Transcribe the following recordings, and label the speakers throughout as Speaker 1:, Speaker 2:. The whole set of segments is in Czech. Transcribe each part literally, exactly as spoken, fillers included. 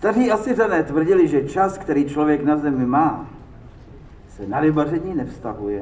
Speaker 1: Staří Asyřané tvrdili, že čas, který člověk na zemi má, se na rybaření nevztahuje.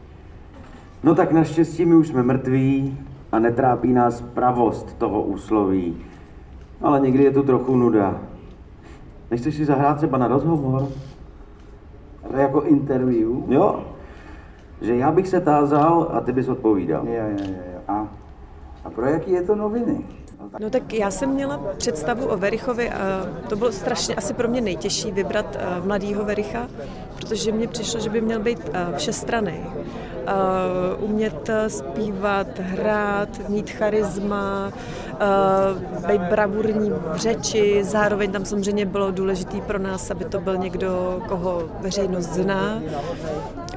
Speaker 2: No tak naštěstí my už jsme mrtví a netrápí nás pravost toho úsloví. Ale někdy je tu trochu nuda. Nechceš si zahrát třeba na rozhovor?
Speaker 1: Ale jako interview?
Speaker 2: Jo, že já bych se tázal a ty bys odpovídal.
Speaker 1: Jo, jo, jo. A, a pro jaký je to noviny?
Speaker 3: No tak já jsem měla představu o Werichovi a to bylo strašně asi pro mě nejtěžší vybrat mladýho Wericha, protože mně přišlo, že by měl být všestranný. Uh, umět zpívat, hrát, mít charisma, uh, být bravurní v řeči, zároveň tam samozřejmě bylo důležité pro nás, aby to byl někdo, koho veřejnost zná. Uh,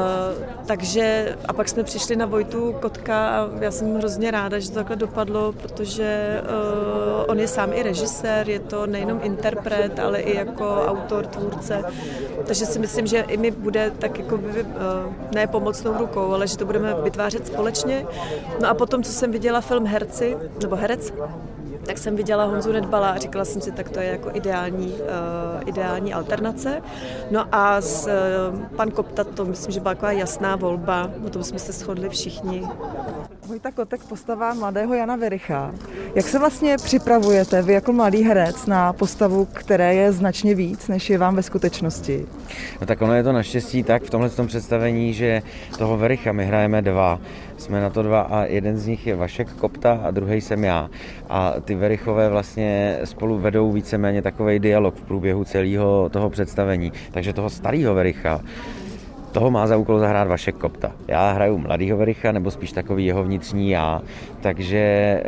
Speaker 3: takže a pak jsme přišli na Vojtu Kotka a já jsem hrozně ráda, že to takhle dopadlo, protože uh, on je sám i režisér, je to nejenom interpret, ale i jako autor, tvůrce. Takže si myslím, že i mi bude tak jako by, uh, ne pomocnou rukou, ale že to budeme vytvářet společně. No a potom, co jsem viděla film Herci, nebo Herec, tak jsem viděla Honzu Nedbala a říkala jsem si, tak to je jako ideální, uh, ideální alternace. No a s, uh, pan Kopta, to myslím, že byla taková jasná volba, o tom jsme se shodli všichni.
Speaker 4: Vojta Kotek, postava mladého Jana Wericha. Jak se vlastně připravujete vy jako mladý herec na postavu, které je značně víc, než je vám ve skutečnosti?
Speaker 2: No tak ono je to naštěstí tak v tomhle představení, že toho Wericha my hrajeme dva. Jsme na to dva a jeden z nich je Vašek Kopta a druhý jsem já. A ty Werichové vlastně spolu vedou víceméně takovej dialog v průběhu celého toho představení. Takže toho starého Wericha, toho má za úkol zahrát Vašek Kopta. Já hraju mladýho Wericha, nebo spíš takový jeho vnitřní já, takže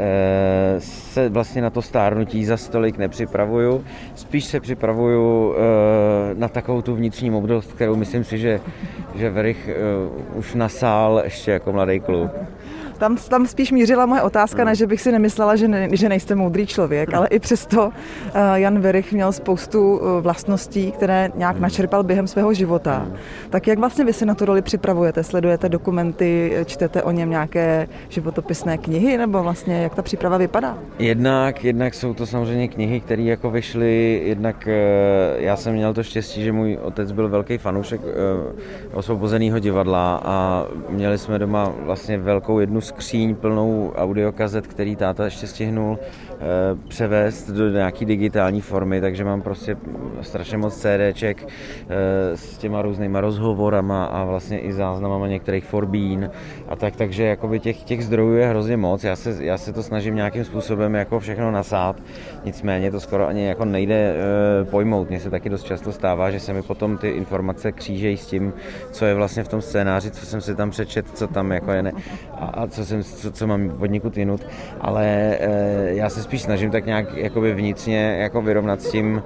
Speaker 2: e, se vlastně na to stárnutí za stolik nepřipravuju, spíš se připravuju e, na takovou tu vnitřní moudrost, kterou myslím si, že, že Werich e, už nasál ještě jako mladý kluk.
Speaker 4: Tam, tam spíš mířila moje otázka, ne, že bych si nemyslela, že, ne, že nejste moudrý člověk, ale i přesto uh, Jan Werich měl spoustu uh, vlastností, které nějak načerpal během svého života. Tak jak vlastně vy se na tu roli připravujete? Sledujete dokumenty, čtete o něm nějaké životopisné knihy, nebo vlastně jak ta příprava vypadá?
Speaker 2: Jednak, jednak jsou to samozřejmě knihy, které jako vyšly, jednak uh, já jsem měl to štěstí, že můj otec byl velký fanoušek uh, Osvobozeného divadla a měli jsme doma vlastně velkou jednu skříň plnou audiokazet, který táta ještě stihnul e, převést do nějaký digitální formy, takže mám prostě strašně moc CDček e, s těma různýma rozhovorama a vlastně i záznamama některých forbín a tak, takže jakoby těch, těch zdrojů je hrozně moc. Já se, já se to snažím nějakým způsobem jako všechno nasát, nicméně to skoro ani jako nejde e, pojmout. Mně se taky dost často stává, že se mi potom ty informace křížejí s tím, co je vlastně v tom scénáři, co jsem si tam přečet, co tam jako je ne, a, a co, jsem, co, co mám od někud jinut, ale e, já se spíš snažím tak nějak jakoby vnitřně jako vyrovnat s tím,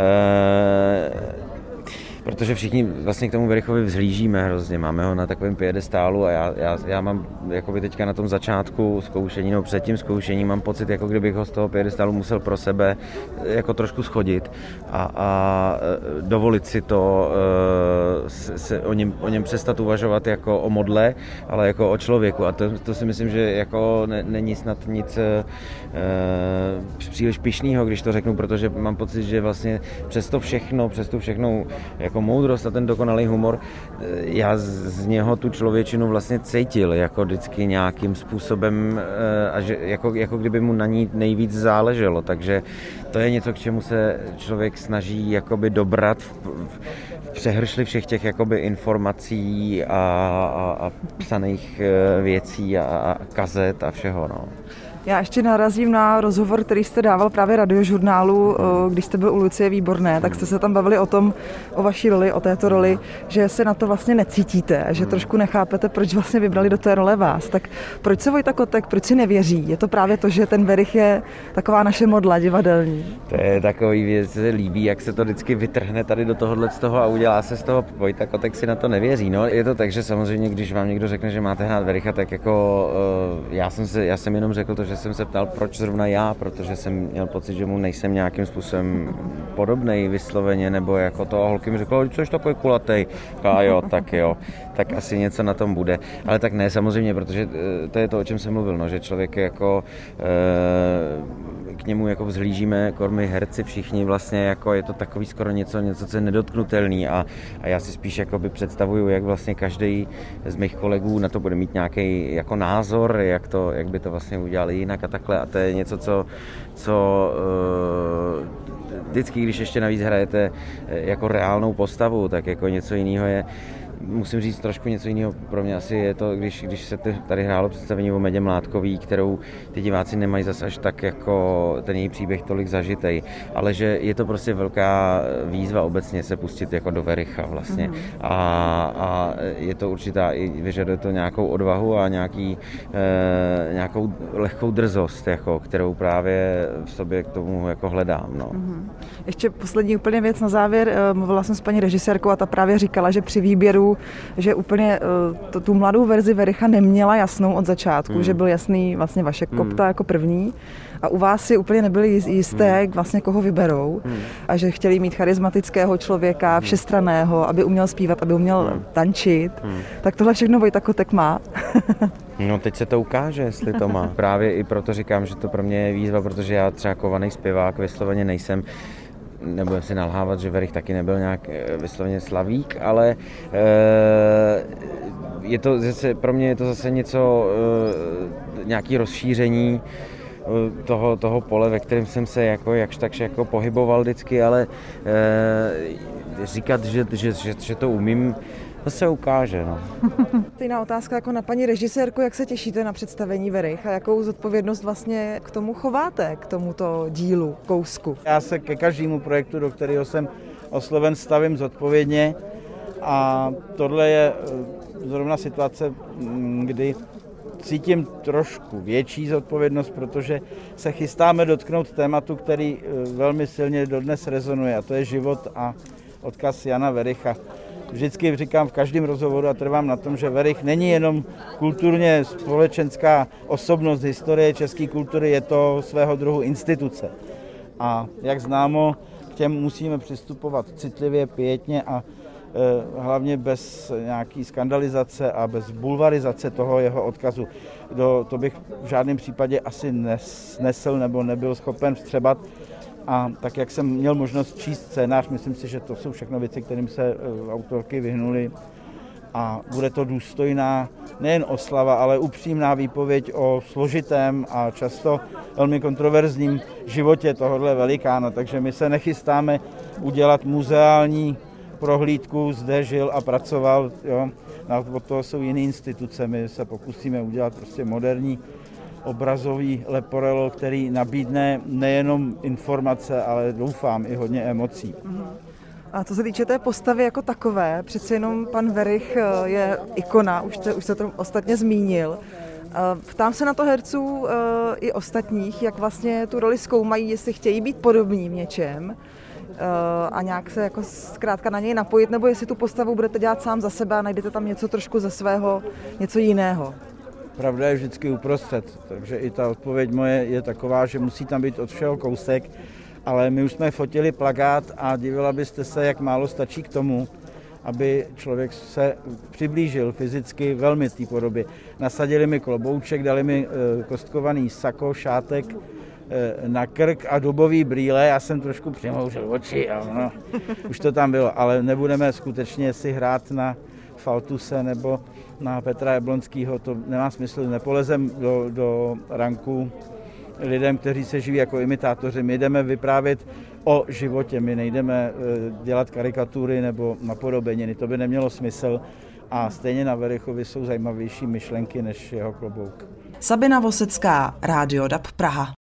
Speaker 2: e, protože všichni vlastně k tomu Werichovi vzhlížíme hrozně, máme ho na takovém piedestálu a já, já, já mám jakoby teďka na tom začátku zkoušení, no před tím zkoušením mám pocit, jako kdybych ho z toho piedestálu musel pro sebe jako trošku schodit a, a dovolit si to, se, se o, něm, o něm přestat uvažovat jako o modle, ale jako o člověku a to, to si myslím, že jako ne, není snad nic e, příliš pyšnýho, když to řeknu, protože mám pocit, že vlastně přes to všechno, přes tu všechnou jako moudrost a ten dokonalý humor, já z něho tu člověčinu vlastně cítil jako vždycky nějakým způsobem a že jako, jako kdyby mu na ní nejvíc záleželo, takže to je něco, k čemu se člověk snaží jakoby dobrat v, v, v přehršli všech těch jakoby informací a, a, a psaných věcí a, a kazet a všeho, no.
Speaker 4: Já ještě narazím na rozhovor, který jste dával právě Radiožurnálu, když jste byl u Lucie Výborné, tak jste se tam bavili o tom, o vaší roli, o této roli, že se na to vlastně necítíte, že trošku nechápete, proč vlastně vybrali do té role vás. Tak proč se Vojta Kotek, proč si nevěří? Je to právě to, že ten Werich je taková naše modla divadelní?
Speaker 2: To je takový věc, se líbí, jak se to vždycky vytrhne tady do tohohle z toho a udělá se z toho. Vojta Kotek si na to nevěří. No, je to tak, že samozřejmě, když vám někdo řekne, že máte hrát Wericha, tak jako uh, já jsem se, já jsem jenom řekl to, že jsem se ptal, proč zrovna já, protože jsem měl pocit, že mu nejsem nějakým způsobem podobnej vysloveně, nebo jako to holky mi řeklo, co jsi takový kulatej, a jo, tak jo, tak asi něco na tom bude, ale tak ne, samozřejmě, protože to je to, o čem jsem mluvil, no, že člověk jako, k němu jako vzhlížíme, kormy herci všichni vlastně, jako je to takový skoro něco, něco co je nedotknutelný a, a já si spíš jakoby představuju, jak vlastně každý z mých kolegů na to bude mít nějaký jako názor, jak, to, jak by to vlastně udělali jinak a takhle a to je něco, co, co uh, vždycky, když ještě navíc hrajete jako reálnou postavu, tak jako něco jiného je. Musím říct trošku něco jiného, pro mě asi je to, když, když se tady hrálo představení o Medě Mládkový, kterou ty diváci nemají zase až tak jako ten její příběh tolik zažitej, ale že je to prostě velká výzva obecně se pustit jako do Wericha vlastně mm-hmm. a, a je to určitá, vyžaduje to nějakou odvahu a nějaký, e, nějakou lehkou drzost, jako, kterou právě v sobě k tomu jako hledám. No. Mm-hmm.
Speaker 4: Ještě poslední úplně věc na závěr, mluvila jsem s paní režisérkou a ta právě říkala, že při výběru že úplně to, tu mladou verzi Wericha neměla jasnou od začátku, hmm. že byl jasný vlastně Vašek hmm. Kopta jako první a u vás si úplně nebyli jisté, hmm. vlastně koho vyberou hmm. a že chtěli mít charismatického člověka, všestranného, aby uměl zpívat, aby uměl hmm. tančit. Hmm. Tak tohle všechno Vojta Kotek má.
Speaker 2: No teď se to ukáže, jestli to má. Právě i proto říkám, že to pro mě je výzva, protože já třeba kovaný zpěvák vysloveně nejsem. Nebudem si nalhávat, že Werich taky nebyl nějak vysloveně slavík, ale je to zase, pro mě je to zase něco, nějaké rozšíření toho, toho pole, ve kterém jsem se jako, jakž takž jako pohyboval vždycky, ale říkat, že, že, že, že to umím, to se ukáže. No.
Speaker 4: Stejná otázka jako na paní režisérku, jak se těšíte na představení Werich a jakou zodpovědnost vlastně k tomu chováte, k tomuto dílu, kousku?
Speaker 5: Já se ke každému projektu, do kterého jsem osloven, stavím zodpovědně a tohle je zrovna situace, kdy cítím trošku větší zodpovědnost, protože se chystáme dotknout tématu, který velmi silně dodnes rezonuje, a to je život a odkaz Jana Wericha. Vždycky říkám v každém rozhovoru a trvám na tom, že Werich není jenom kulturně společenská osobnost historie české kultury, je to svého druhu instituce. A jak známo, k těm musíme přistupovat citlivě, pietně a e, hlavně bez nějaký skandalizace a bez bulvarizace toho jeho odkazu. Do, to bych v žádném případě asi nesnesl nebo nebyl schopen vstřebat. A tak, jak jsem měl možnost číst scénář, myslím si, že to jsou všechno věci, kterým se autorky vyhnuly. A bude to důstojná nejen oslava, ale upřímná výpověď o složitém a často velmi kontroverzním životě tohohle velikána. Takže my se nechystáme udělat muzeální prohlídku, zde žil a pracoval. Jo. Od toho jsou jiné instituce. My se pokusíme udělat prostě moderní obrazový leporelo, který nabídne nejenom informace, ale doufám i hodně emocí.
Speaker 4: A co se týče té postavy jako takové, přece jenom pan Werich je ikona, už jste, už jste to ostatně zmínil. Ptám se na to herců i ostatních, jak vlastně tu roli zkoumají, jestli chtějí být podobní v něčem a nějak se jako zkrátka na něj napojit, nebo jestli tu postavu budete dělat sám za sebe a najdete tam něco trošku ze svého, něco jiného.
Speaker 5: Pravda je vždycky uprostřed, takže i ta odpověď moje je taková, že musí tam být od všeho kousek, ale my už jsme fotili plakát a divila byste se, jak málo stačí k tomu, aby člověk se přiblížil fyzicky velmi té podobě. Nasadili mi klobouček, dali mi kostkovaný sako, šátek na krk a dubový brýle, já jsem trošku přimouřil oči a no, už to tam bylo, ale nebudeme skutečně si hrát na Faltuse nebo na Petra Jablonského, to nemá smysl, nepolezem do, do ranku lidem, kteří se živí jako imitátoři. My jdeme vyprávět o životě, my nejdeme dělat karikatury nebo napodobeniny, to by nemělo smysl a stejně na Werichovi jsou zajímavější myšlenky než jeho klobouk.
Speaker 6: Sabina Vosecká, Rádio D A B Praha.